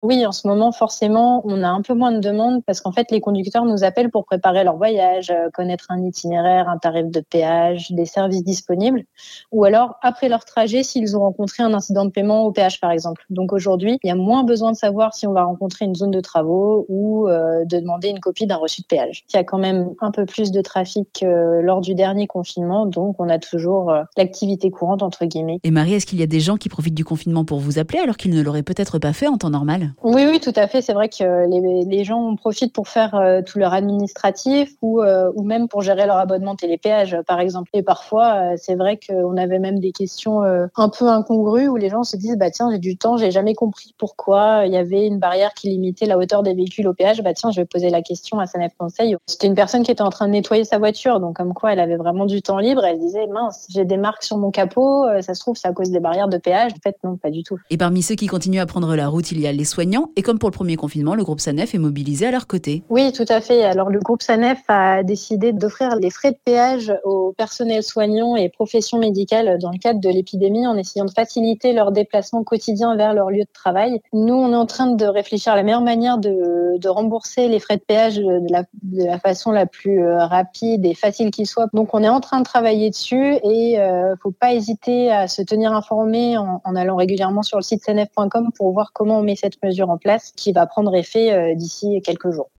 Oui, en ce moment, forcément, on a un peu moins de demandes parce qu'en fait, les conducteurs nous appellent pour préparer leur voyage, connaître un itinéraire, un tarif de péage, des services disponibles, ou alors après leur trajet s'ils ont rencontré un incident de paiement au péage, par exemple. Donc aujourd'hui, il y a moins besoin de savoir si on va rencontrer une zone de travaux ou de demander une copie d'un reçu de péage. Il y a quand même un peu plus de trafic lors du dernier confinement, donc on a toujours l'activité courante, entre guillemets. Et Marie, est-ce qu'il y a des gens qui profitent du confinement pour vous appeler alors qu'ils ne l'auraient peut-être pas fait en temps normal? Oui, oui, tout à fait. C'est vrai que les gens en profitent pour faire tout leur administratif ou même pour gérer leur abonnement télépéage, par exemple. Et parfois, c'est vrai qu'on avait même des questions un peu incongrues où les gens se disent, bah tiens, j'ai du temps, j'ai jamais compris pourquoi il y avait une barrière qui limitait la hauteur des véhicules au péage. Bah tiens, je vais poser la question à SANEF Conseil. C'était une personne qui était en train de nettoyer sa voiture, donc comme quoi elle avait vraiment du temps libre. Elle disait, mince, j'ai des marques sur mon capot, ça se trouve, c'est à cause des barrières de péage. En fait, non, pas du tout. Et parmi ceux qui continuent à prendre la route, il y a les soignants. Et comme pour le premier confinement, le groupe SANEF est mobilisé à leur côté. Oui, tout à fait. Alors, le groupe SANEF a décidé d'offrir les frais de péage au personnel soignant et professions médicales dans le cadre de l'épidémie en essayant de faciliter leur déplacement quotidien vers leur lieu de travail. Nous, on est en train de réfléchir à la meilleure manière de rembourser les frais de péage de la façon la plus rapide et facile qui soit. Donc, on est en train de travailler dessus et faut pas hésiter à se tenir informé en allant régulièrement sur le site sanef.com pour voir comment on met cette mesure en place qui va prendre effet d'ici quelques jours.